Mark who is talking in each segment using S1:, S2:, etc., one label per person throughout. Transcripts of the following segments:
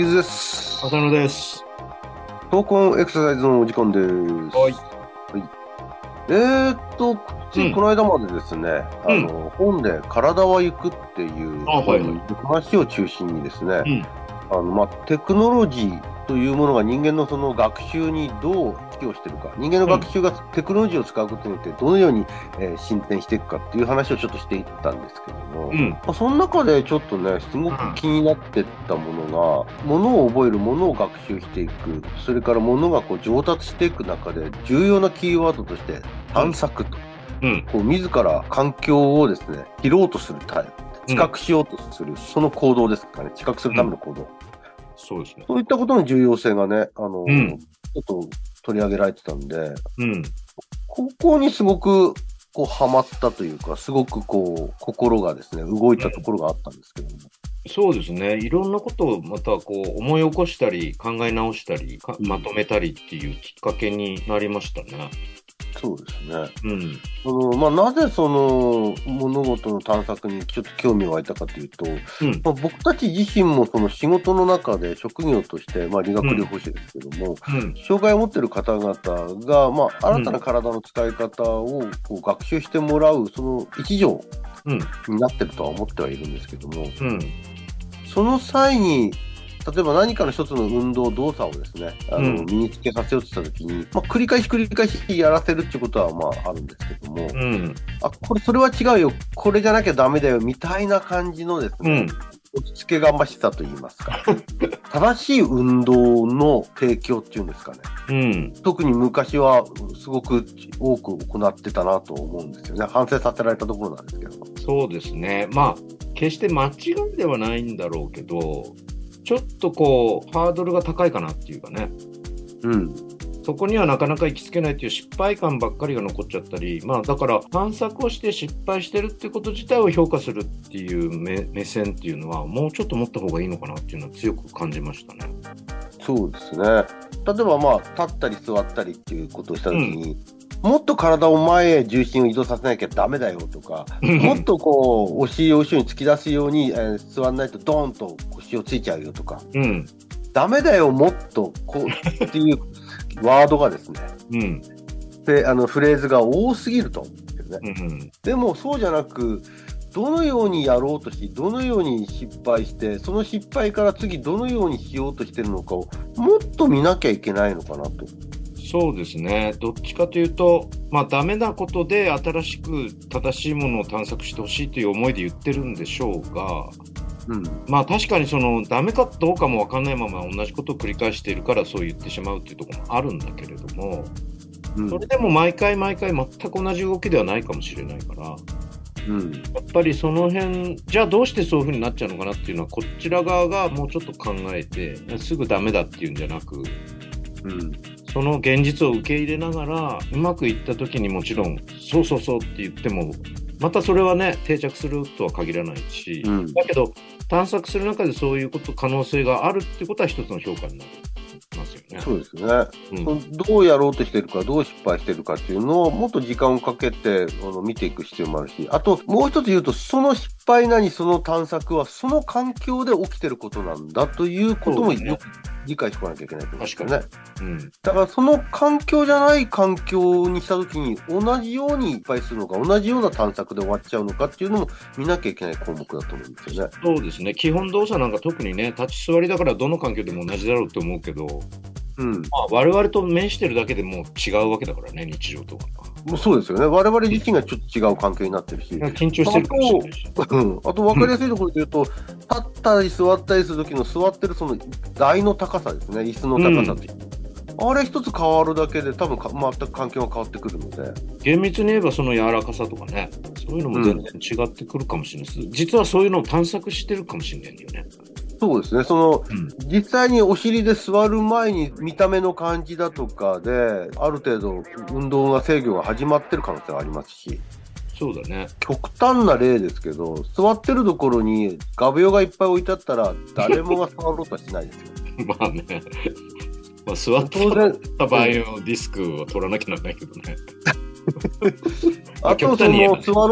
S1: ゆずです。
S2: 浅野です。
S1: 闘魂エクササイズのお時間です。
S2: はい。
S1: はい。ついこ
S2: うん。
S1: の間までですね、
S2: うん。
S1: 本で体は行くっていう
S2: あ、はいはい。
S1: 本の話を中心にですね、
S2: うん。
S1: テクノロジーというものが人間のその学習にどう寄与しているか、人間の
S2: うん。
S1: 学習がテクノロジーを使うことによってどのように、進展していくかっていう話をちょっとしていったんですけども、
S2: うん。
S1: その中でちょっとね、すごく気になってったものが、ものを覚える、ものを学習していく、それからものがこう上達していく中で重要なキーワードとして
S2: うん。
S1: 探索と、
S2: うん。
S1: こう自ら環境をですね、知ろうとするタイプ、知
S2: うん。
S1: 覚しようとする、その行動ですかね、知覚する
S2: うん。
S1: ための行動。
S2: そうですね。
S1: そういったことの重要性がね、
S2: うん。
S1: ちょっと取り上げられてたんで、
S2: うん。
S1: ここにすごくこうハマったというか、すごくこう心がですね、動いたところがあったんですけども。
S2: そうですね。いろんなことをまたこう思い起こしたり、考え直したり、
S1: うん、
S2: まとめたりっていうきっかけになりましたね。
S1: そうですね。
S2: うん。
S1: なぜその物事の探索にちょっと興味が湧いたかというと、
S2: うん。
S1: 僕たち自身もその仕事の中で職業として、理学療
S2: うん。
S1: 法士ですけども、
S2: うん。
S1: 障害を持っている方々が、新たな
S2: うん。
S1: 体の使い方をこう学習してもらう、その一助
S2: うん。
S1: になってるとは思ってはいるんですけども、
S2: うん。
S1: その際に、例えば何かの一つの運動、動作をですね、
S2: うん。
S1: 身につけさせようとしたときに、繰り返し繰り返しやらせるっていうことは、あるんですけども、
S2: うん。
S1: それは違うよ、これじゃなきゃダメだよ、みたいな感じのですね、
S2: うん。
S1: 落ち着けがましさと言いますか、正しい運動の提供っていうんですかね。
S2: うん。
S1: 特に昔はすごく多く行ってたなと思うんですよね。反省させられたところなんですけど。
S2: そうですね。まあ、決して間違いではないんだろうけど、ちょっとこう、ハードルが高いかなっていうかね。
S1: うん。
S2: そこにはなかなか行きつけないっていう失敗感ばっかりが残っちゃったり、だから探索をして失敗してるってこと自体を評価するっていう目線っていうのはもうちょっと持った方がいいのかなっていうのは強く感じましたね。
S1: そうですね。例えば立ったり座ったりっていうことをした
S2: うん。
S1: ときに、もっと体を前へ重心を移動させなきゃダメだよとか、もっとこう、お尻を後ろに突き出すように、座らないとドーンと腰をついちゃうよとか、
S2: うん。
S1: ダメだよ、もっとこうっていうワードがですね、
S2: うん。
S1: で、フレーズが多すぎると思うんですよね。
S2: うん。
S1: でもそうじゃなく、どのようにやろうとし、どのように失敗して、その失敗から次どのようにしようとしてるのかをもっと見なきゃいけないのかなと。
S2: そうですね。どっちかというと、ダメなことで新しく正しいものを探索してほしいという思いで言ってるんでしょうが、
S1: うん。
S2: 確かにそのダメかどうかも分かんないまま同じことを繰り返しているからそう言ってしまうっていうところもあるんだけれども、
S1: うん。
S2: それでも毎回毎回全く同じ動きではないかもしれないから、や
S1: うん。
S2: っぱりその辺、じゃあどうしてそういう風になっちゃうのかなっていうのは、こちら側がもうちょっと考えて、すぐダメだっていうんじゃなく、
S1: うん。
S2: その現実を受け入れながら、うまくいった時にもちろん、そうそうそうって言っても、またそれはね、定着するとは限らないし、
S1: うん。
S2: だけど、探索する中でそういう可能性があるってことは一つの評価になりますよね。
S1: そうですね。
S2: うん。
S1: どうやろうとしてるか、どう失敗してるかっていうのをもっと時間をかけて見ていく必要もあるし、あともう一つ言うと、その失敗なりその探索はその環境で起きてることなんだということも
S2: そうですね。
S1: よく理解しておかなきゃいけないと思うんで
S2: 確かに。
S1: すよね。
S2: うん。
S1: だからその環境じゃない環境にしたときに同じように失敗するのか、同じような探索で終わっちゃうのかっていうのも見なきゃいけない項目だと思うんですよね。
S2: そうですね。基本動作なんか特にね、立ち座りだからどの環境でも同じだろうって思うけど、
S1: うん。
S2: 我々と面してるだけでもう違うわけだからね、日常とか。
S1: もうそうですよね。我々自身がちょっと違う環境になってるし、
S2: 緊張してるかもしれないし。
S1: あと分かりやすいところで言うと、立ったり座ったりするときの座ってるその台の高さですね、椅子の高さっていう。あれ一つ変わるだけで多分全く環境が変わってくるので。
S2: 厳密に言えばその柔らかさとかね、そういうのも全然違ってくるかもしれないです。実はそういうのを探索してるかもしれないんだよね。
S1: そうですね。
S2: うん。
S1: 実際にお尻で座る前に見た目の感じだとかで、ある程度運動が制御が始まってる可能性がありますし、
S2: そうだね。
S1: 極端な例ですけど、座ってるところに画鋲がいっぱい置いてあったら、誰もが触ろうとはしないですよ。
S2: まあね。座っ
S1: 当然、
S2: た場合のディスクを取らなきゃならないけどね。
S1: あと、
S2: 極端に言えばね。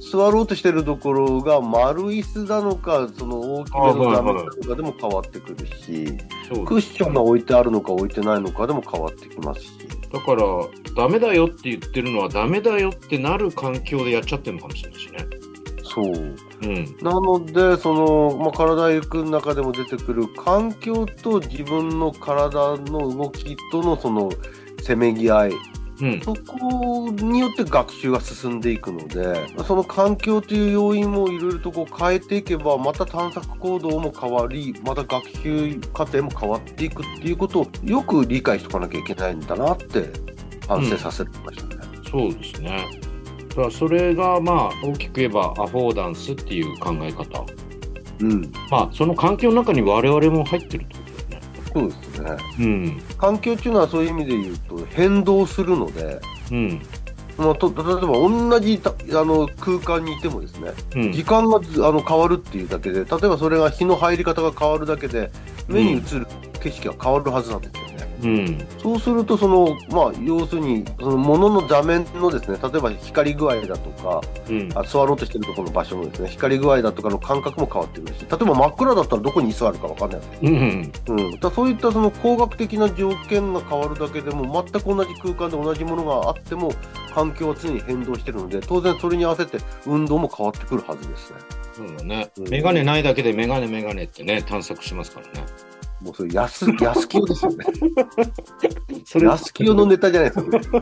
S1: 座ろうとしてるところが丸椅子なのか、その大きめの座面なのかでも変わってくるし、クッションが置いてあるのか置いてないのかでも変わってきますし。
S2: だから、ダメだよって言ってるのは、ダメだよってなる環境でやっちゃってるのかもしれないしね。
S1: そう。なので、体ゆくの中でも出てくる環境と自分の体の動きとのそのせめぎ合い、そこによって学習が進んでいくので、その環境という要因もいろいろとこう変えていけば、また探索行動も変わり、また学習過程も変わっていくっていうことをよく理解しておかなきゃいけないんだなって反省させてましたね。
S2: そうですね。だからそれが大きく言えばアフォーダンスっていう考え方。その環境の中に我々も入ってるってことだよね。
S1: そうですね。環境っていうのはそういう意味で言うと変動するので、例えば同じ空間にいてもですね、時間が変わるっていうだけで、例えばそれが日の入り方が変わるだけで目に映る景色が変わるはずなんですよね。そうすると要するにその物の座面のですね、例えば光具合だとか、座ろうとしているところの場所のですね、光具合だとかの感覚も変わってくるし、例えば真っ暗だったらどこに座るか分かんないわけです。そういったその工学的な条件が変わるだけでも、全く同じ空間で同じものがあっても環境は常に変動しているので、当然それに合わせて運動も変わってくるはずですね。
S2: そうだね。メガネないだけでメガネってね、探索しますからね。
S1: もうそれ安清ですよね。安清のネタじゃないですか。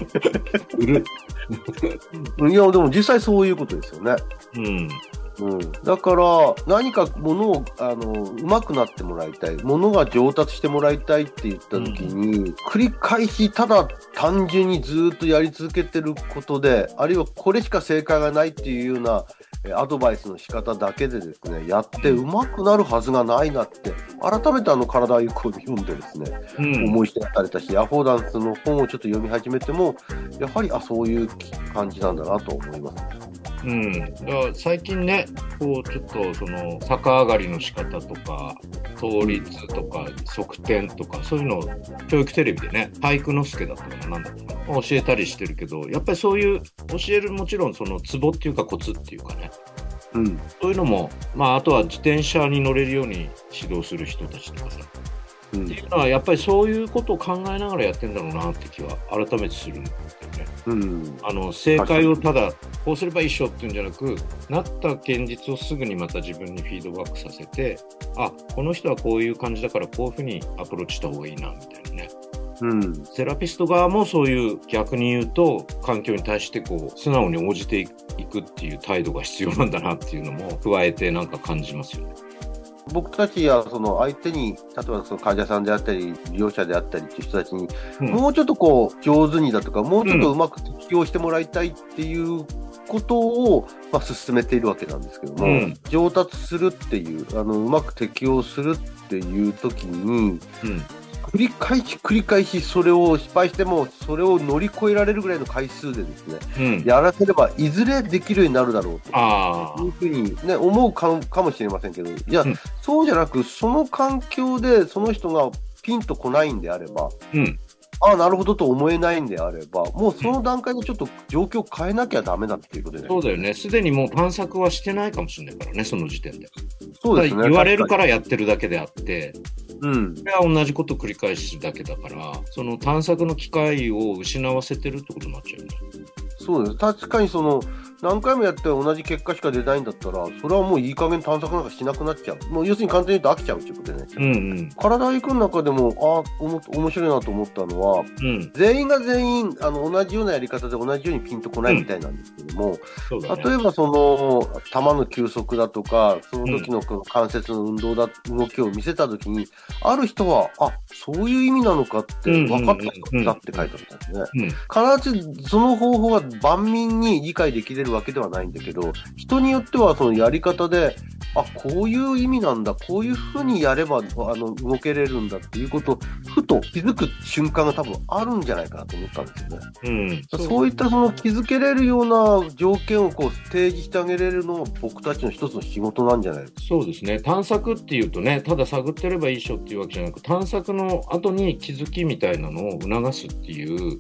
S1: いや、でも実際そういうことですよね。だから何かものを上手くなってもらいたい、ものが上達してもらいたいって言った時に、繰り返しただ単純にずっとやり続けてることで、あるいはこれしか正解がないっていうようなアドバイスの仕方だけでですね、やって上手くなるはずがないなって改めて体ゆくを読んでですね、思い知らされたし、アフォーダンスの本をちょっと読み始めても、やはりそういう感じなんだなと思います。
S2: だから最近ね、ちょっとその逆上がりの仕方とか倒立とか側転とか、そういうのを教育テレビでね、体育ノ介だったかな、なんだったかな、教えたりしてるけど、やっぱりそういう教える、もちろんそのツボっていうかコツっていうかね、そういうのも、あとは自転車に乗れるように指導する人たちとかさ、っていうのはやっぱりそういうことを考えながらやってんだろうなって気は改めてするんだよね。正解をただこうすればいいっしょっていうんじゃなく、なった現実をすぐにまた自分にフィードバックさせて、この人はこういう感じだからこういうふうにアプローチした方がいいなみたいなね。セラピスト側もそういう、逆に言うと環境に対して素直に応じていくっていう態度が必要なんだなっていうのも加えてなんか感じますよね。
S1: 僕たちはその相手に、例えばその患者さんであったり利用者であったりっていう人たちに、もうちょっと上手にだとか、もうちょっとうまく適応してもらいたいっていうことを進めているわけなんですけども、上達するっていう、うまく適応するっていう時に、繰り返しそれを失敗してもそれを乗り越えられるぐらいの回数でですね、やらせればいずれできるようになるだろうというふうに、ね、思うかもしれませんけど、いや、そうじゃなく、その環境でその人がピンとこないんであれば、なるほどと思えないんであれば、もうその段階でちょっと状況を変えなきゃダメだっていうことで、
S2: そうだよね。すでにもう探索はしてないかもしれないからね、その時点で。
S1: そうですね。
S2: 言われるからやってるだけであって、それは同じことを繰り返すだけだから、その探索の機会を失わせてるってことになっちゃうよね。
S1: そうです。確かに何回もやって同じ結果しか出ないんだったら、それはもういい加減探索なんかしなくなっちゃう。もう要するに簡単に言うと飽きちゃうっていうことでね。体行くの中でも、面白いなと思ったのは、全員が全員同じようなやり方で同じようにピンとこないみたいなんですけども、例えば球の球速だとか、その時の関節の動きを見せた時に、ある人は、そういう意味なのかって分かったんだって書いてあったんですね。必ずその方法が万民に理解できれるわけではないんだけど、人によってはそのやり方で、こういう意味なんだ、こういうふうにやれば動けれるんだっていうことをふと気づく瞬間が多分あるんじゃないかなと思ったんですよね。そういった気づけれるような条件を提示してあげれるのが僕たちの一つの仕事なんじゃないですか。
S2: そうですね。探索っていうとね、ただ探ってればいいっしょっていうわけじゃなく、探索の後に気づきみたいなのを促すっていう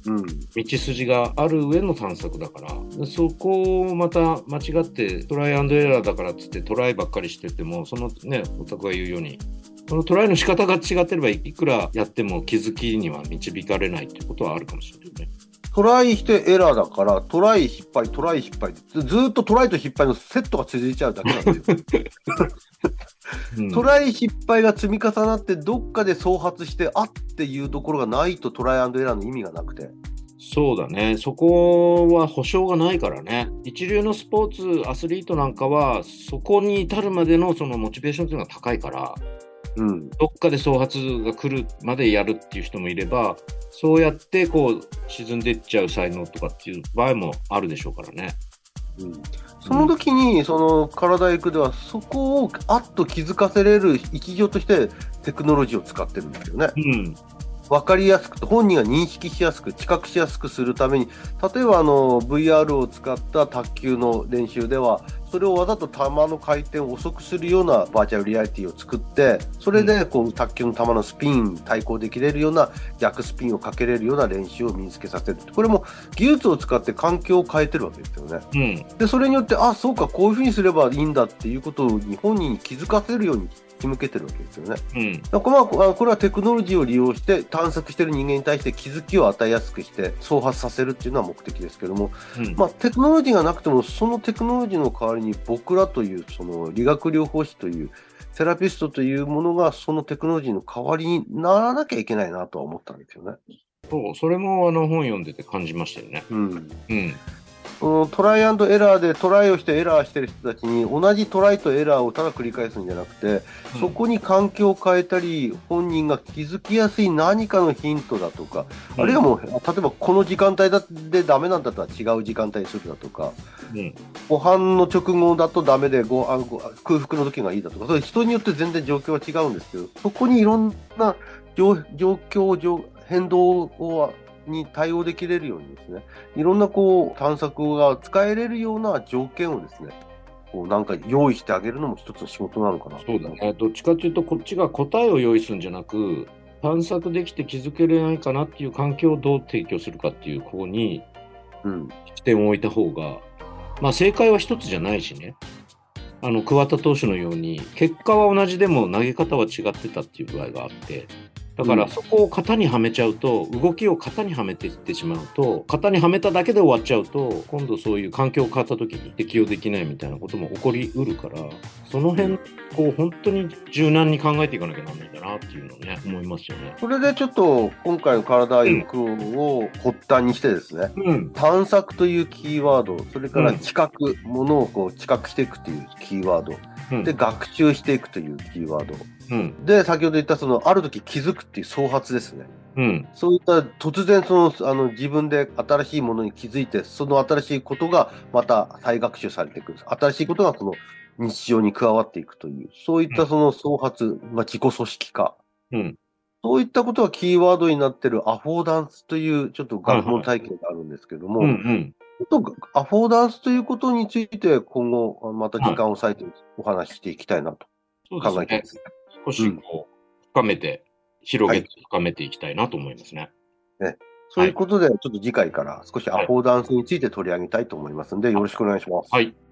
S1: うん
S2: 道筋がある上の探索だから、そこをまた間違ってトライアンドエラーだからっつってトライばっかりしてても、そのね、お宅が言うように、そのトライの仕方が違ってればいくらやっても気づきには導かれないっていうことはあるかもしれないね。
S1: トライしてエラーだから、トライ失敗、トライ失敗、ずっとトライと失敗のセットが続いちゃうだけなんですよ。トライ失敗が積み重なって、どっかで創発して、あっていうところがないとトライアンドエラーの意味がなくて。
S2: そうだね。そこは保証がないからね。一流のスポーツ、アスリートなんかは、そこに至るまでのそのモチベーションというのが高いから、どっかで創発が来るまでやるっていう人もいれば、そうやってこう沈んでいっちゃう才能とかっていう場合もあるでしょうからね。
S1: その時にその体育ではそこをあっと気づかせれる一助としてテクノロジーを使ってるんですよね。分かりやすく、本人が認識しやすく、知覚しやすくするために、例えばVR を使った卓球の練習では、それをわざと球の回転を遅くするようなバーチャルリアリティを作って、それでこう卓球の球のスピンに対抗できれるような逆スピンをかけれるような練習を身につけさせる。これも技術を使って環境を変えてるわけですよね。で、それによって、あ、そうか、こういうふうにすればいいんだっていうことを本人に気づかせるように仕向けてるわけですよね。これはテクノロジーを利用して探索している人間に対して気づきを与えやすくして創発させるっていうのは目的ですけども、テクノロジーがなくてもそのテクノロジーの代わりに僕らというその理学療法士というセラピストというものがそのテクノロジーの代わりにならなきゃいけないなとは思ったんですよね。
S2: そう、それも本読んでて感じましたよね。
S1: トライアンドエラーでトライをしてエラーしてる人たちに同じトライとエラーをただ繰り返すんじゃなくて、そこに環境を変えたり本人が気づきやすい何かのヒントだとか、あるいはもう例えばこの時間帯でダメなんだったら違う時間帯にするだとか、ご飯の直後だとダメで空腹の時がいいだとか、それ人によって全然状況は違うんですけど、そこにいろんな状況変動に対応できれるようにですね、いろんな探索が使えれるような条件をですね、なんか用意してあげるのも一つの仕事なのかな。
S2: そうだね。どっちかというとこっちが答えを用意するんじゃなく、探索できて気づけれないかなっていう環境をどう提供するかっていう方に視点を置いた方が、正解は一つじゃないしね。桑田投手のように結果は同じでも投げ方は違ってたっていう具合があって、だからそこを型にはめちゃうと、動きを型にはめていってしまうと、型にはめただけで終わっちゃうと、今度そういう環境を変わった時に適用できないみたいなことも起こりうるから、その辺本当に柔軟に考えていかなきゃなんないんだなっていうのをね、思いますよね。
S1: それでちょっと今回の体育を発端にしてですね、探索というキーワード、それから知覚、ものを知覚していくというキーワード、で学習していくというキーワード、で先ほど言ったある時気づくっていう創発ですね。そういった突然自分で新しいものに気づいて、その新しいことがまた再学習されていく、新しいことがその日常に加わっていくという、そういった創発、自己組織化、そういったことがキーワードになっているアフォーダンスというちょっと学問体験があるんですけども、アフォーダンスということについて今後また時間を割いてお話ししていきたいなと考えています。
S2: 少し深めて、広げて深めていきたいなと思いますね。
S1: そういうことで、ちょっと次回から少しアフォーダンスについて取り上げたいと思いますので、よろしくお願いします。
S2: はい。